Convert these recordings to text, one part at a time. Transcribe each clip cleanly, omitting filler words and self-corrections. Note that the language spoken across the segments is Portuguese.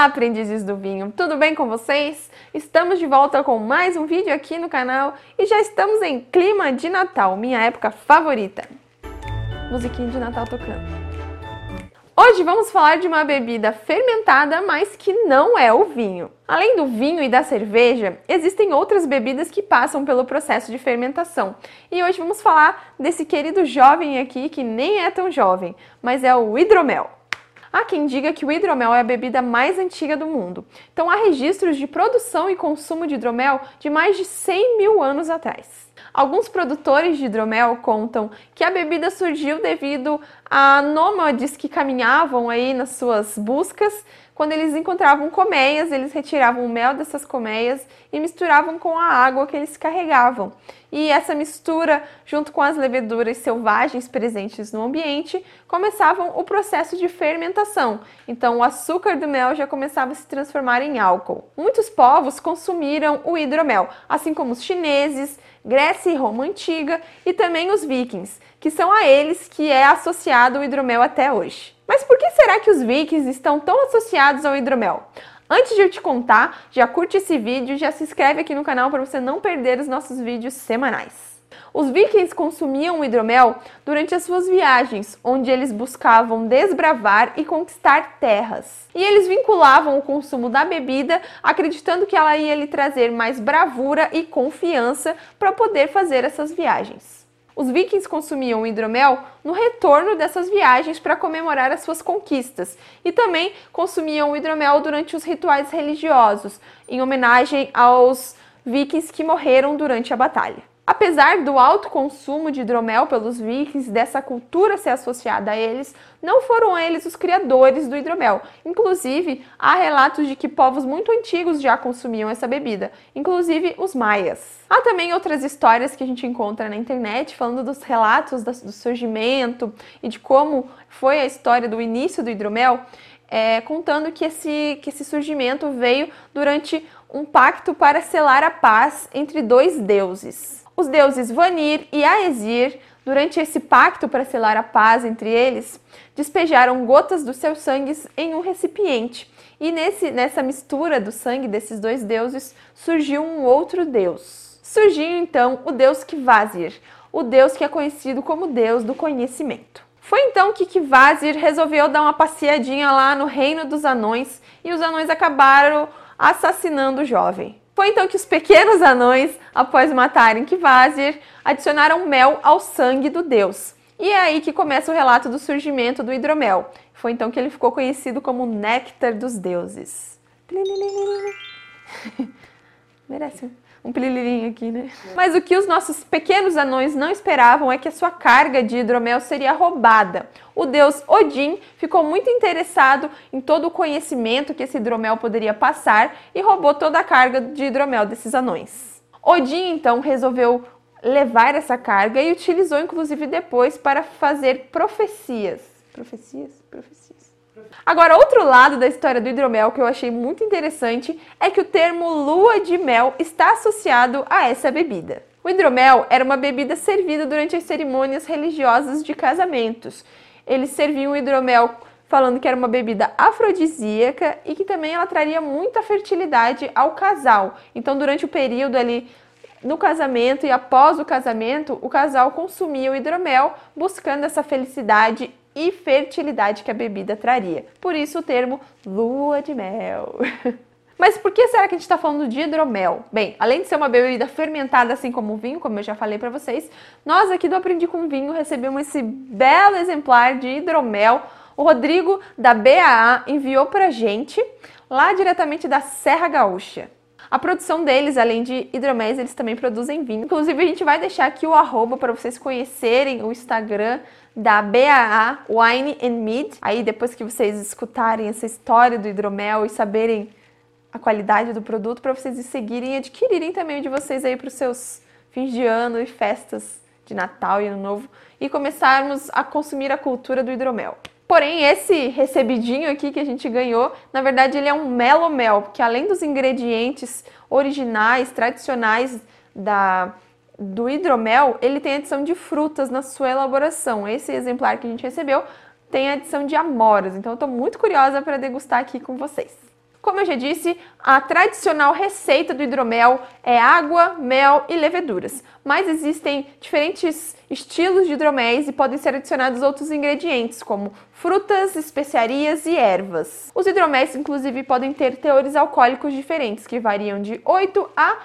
Olá, aprendizes do vinho! Tudo bem com vocês? Estamos de volta com mais um vídeo aqui no canal e já estamos em clima de Natal, minha época favorita. Musiquinha de Natal tocando. Hoje vamos falar de uma bebida fermentada, mas que não é o vinho. Além do vinho e da cerveja, existem outras bebidas que passam pelo processo de fermentação. E hoje vamos falar desse querido jovem aqui, que nem é tão jovem, mas é o hidromel. Há quem diga que o hidromel é a bebida mais antiga do mundo. Então há registros de produção e consumo de hidromel de mais de 100 mil anos atrás. Alguns produtores de hidromel contam que a bebida surgiu devido a nômades que caminhavam aí nas suas buscas. Quando eles encontravam colmeias, eles retiravam o mel dessas colmeias e misturavam com a água que eles carregavam. E essa mistura, junto com as leveduras selvagens presentes no ambiente, começavam o processo de fermentação. Então o açúcar do mel já começava a se transformar em álcool. Muitos povos consumiram o hidromel, assim como os chineses, Grécia e Roma Antiga e também os vikings, que são a eles que é associado o hidromel até hoje. Mas por que será que os vikings estão tão associados ao hidromel? Antes de eu te contar, já curte esse vídeo e já se inscreve aqui no canal para você não perder os nossos vídeos semanais. Os vikings consumiam o hidromel durante as suas viagens, onde eles buscavam desbravar e conquistar terras. E eles vinculavam o consumo da bebida, acreditando que ela ia lhe trazer mais bravura e confiança para poder fazer essas viagens. Os vikings consumiam o hidromel no retorno dessas viagens para comemorar as suas conquistas e também consumiam o hidromel durante os rituais religiosos, em homenagem aos vikings que morreram durante a batalha. Apesar do alto consumo de hidromel pelos vikings, dessa cultura ser associada a eles, não foram eles os criadores do hidromel. Inclusive, há relatos de que povos muito antigos já consumiam essa bebida, inclusive os maias. Há também outras histórias que a gente encontra na internet, falando dos relatos do surgimento e de como foi a história do início do hidromel, contando que esse surgimento veio durante um pacto para selar a paz entre dois deuses. Os deuses Vanir e Aesir, durante esse pacto para selar a paz entre eles, despejaram gotas dos seus sangues em um recipiente. E nessa mistura do sangue desses dois deuses, surgiu um outro deus. Surgiu então o deus Kvasir, o deus que é conhecido como deus do conhecimento. Foi então que Kvasir resolveu dar uma passeadinha lá no reino dos anões e os anões acabaram assassinando o jovem. Foi então que os pequenos anões, após matarem Kvasir, adicionaram mel ao sangue do deus. E é aí que começa o relato do surgimento do hidromel. Foi então que ele ficou conhecido como néctar dos deuses. Merece um pililirinho aqui, né? Mas o que os nossos pequenos anões não esperavam é que a sua carga de hidromel seria roubada. O deus Odin ficou muito interessado em todo o conhecimento que esse hidromel poderia passar e roubou toda a carga de hidromel desses anões. Odin, então, resolveu levar essa carga e utilizou, inclusive, depois para fazer profecias. Profecias? Agora, outro lado da história do hidromel que eu achei muito interessante é que o termo lua de mel está associado a essa bebida. O hidromel era uma bebida servida durante as cerimônias religiosas de casamentos. Eles serviam o hidromel falando que era uma bebida afrodisíaca e que também ela traria muita fertilidade ao casal. Então, durante o período ali no casamento e após o casamento, o casal consumia o hidromel buscando essa felicidade e fertilidade que a bebida traria. Por isso o termo lua de mel. Mas por que será que a gente está falando de hidromel? Bem, além de ser uma bebida fermentada assim como o vinho, como eu já falei para vocês, nós aqui do Aprendi com Vinho recebemos esse belo exemplar de hidromel. O Rodrigo da BAA enviou pra gente, lá diretamente da Serra Gaúcha. A produção deles, além de hidroméis, eles também produzem vinho. Inclusive, a gente vai deixar aqui o arroba para vocês conhecerem o Instagram da BAA Wine and Mead. Aí, depois que vocês escutarem essa história do hidromel e saberem a qualidade do produto, para vocês seguirem e adquirirem também o de vocês aí para os seus fins de ano e festas de Natal e Ano Novo e começarmos a consumir a cultura do hidromel. Porém, esse recebidinho aqui que a gente ganhou, na verdade ele é um melomel, porque além dos ingredientes originais, tradicionais do hidromel, ele tem adição de frutas na sua elaboração. Esse exemplar que a gente recebeu tem adição de amoras, então eu estou muito curiosa para degustar aqui com vocês. Como eu já disse, a tradicional receita do hidromel é água, mel e leveduras, mas existem diferentes estilos de hidroméis e podem ser adicionados outros ingredientes, como frutas, especiarias e ervas. Os hidroméis, inclusive, podem ter teores alcoólicos diferentes, que variam de 8 a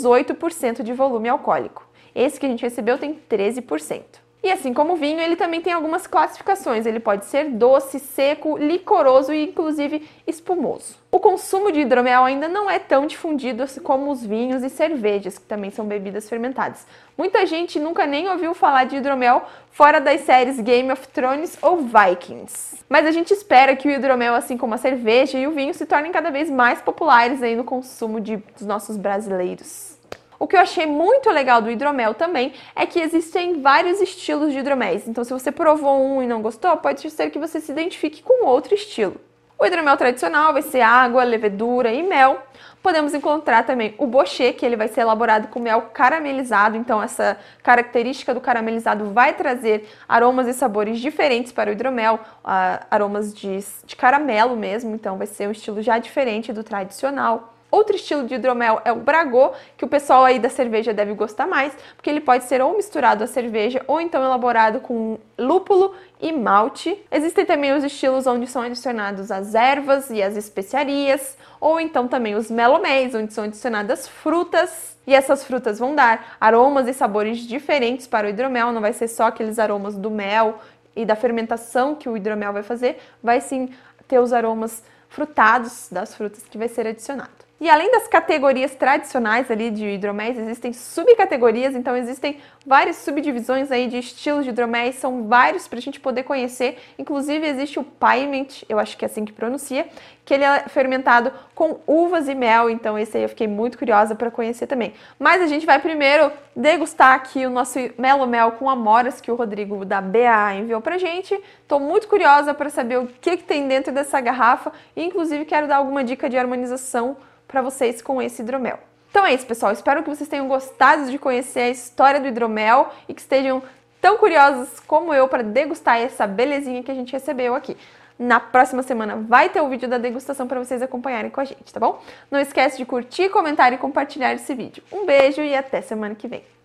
18% de volume alcoólico. Esse que a gente recebeu tem 13%. E assim como o vinho, ele também tem algumas classificações. Ele pode ser doce, seco, licoroso e inclusive espumoso. O consumo de hidromel ainda não é tão difundido como os vinhos e cervejas, que também são bebidas fermentadas. Muita gente nunca nem ouviu falar de hidromel fora das séries Game of Thrones ou Vikings. Mas a gente espera que o hidromel, assim como a cerveja e o vinho, se tornem cada vez mais populares aí no consumo dos nossos brasileiros. O que eu achei muito legal do hidromel também é que existem vários estilos de hidroméis. Então, se você provou um e não gostou, pode ser que você se identifique com outro estilo. O hidromel tradicional vai ser água, levedura e mel. Podemos encontrar também o bochet, que ele vai ser elaborado com mel caramelizado. Então, essa característica do caramelizado vai trazer aromas e sabores diferentes para o hidromel, aromas de caramelo mesmo. Então, vai ser um estilo já diferente do tradicional. Outro estilo de hidromel é o bragô, que o pessoal aí da cerveja deve gostar mais, porque ele pode ser ou misturado à cerveja ou então elaborado com lúpulo e malte. Existem também os estilos onde são adicionados as ervas e as especiarias, ou então também os meloméis, onde são adicionadas frutas. E essas frutas vão dar aromas e sabores diferentes para o hidromel, não vai ser só aqueles aromas do mel e da fermentação que o hidromel vai fazer, vai sim ter os aromas frutados das frutas que vai ser adicionado. E além das categorias tradicionais ali de hidroméis, existem subcategorias, então existem várias subdivisões aí de estilos de hidroméis, são vários para a gente poder conhecer. Inclusive existe o Pyment, eu acho que é assim que pronuncia, que ele é fermentado com uvas e mel, então esse aí eu fiquei muito curiosa para conhecer também. Mas a gente vai primeiro degustar aqui o nosso melomel com amoras que o Rodrigo da BA enviou pra gente. Tô muito curiosa para saber o que tem dentro dessa garrafa e inclusive quero dar alguma dica de harmonização para vocês com esse hidromel. Então é isso, pessoal. Espero que vocês tenham gostado de conhecer a história do hidromel e que estejam tão curiosos como eu para degustar essa belezinha que a gente recebeu aqui. Na próxima semana vai ter o vídeo da degustação para vocês acompanharem com a gente, tá bom? Não esquece de curtir, comentar e compartilhar esse vídeo. Um beijo e até semana que vem.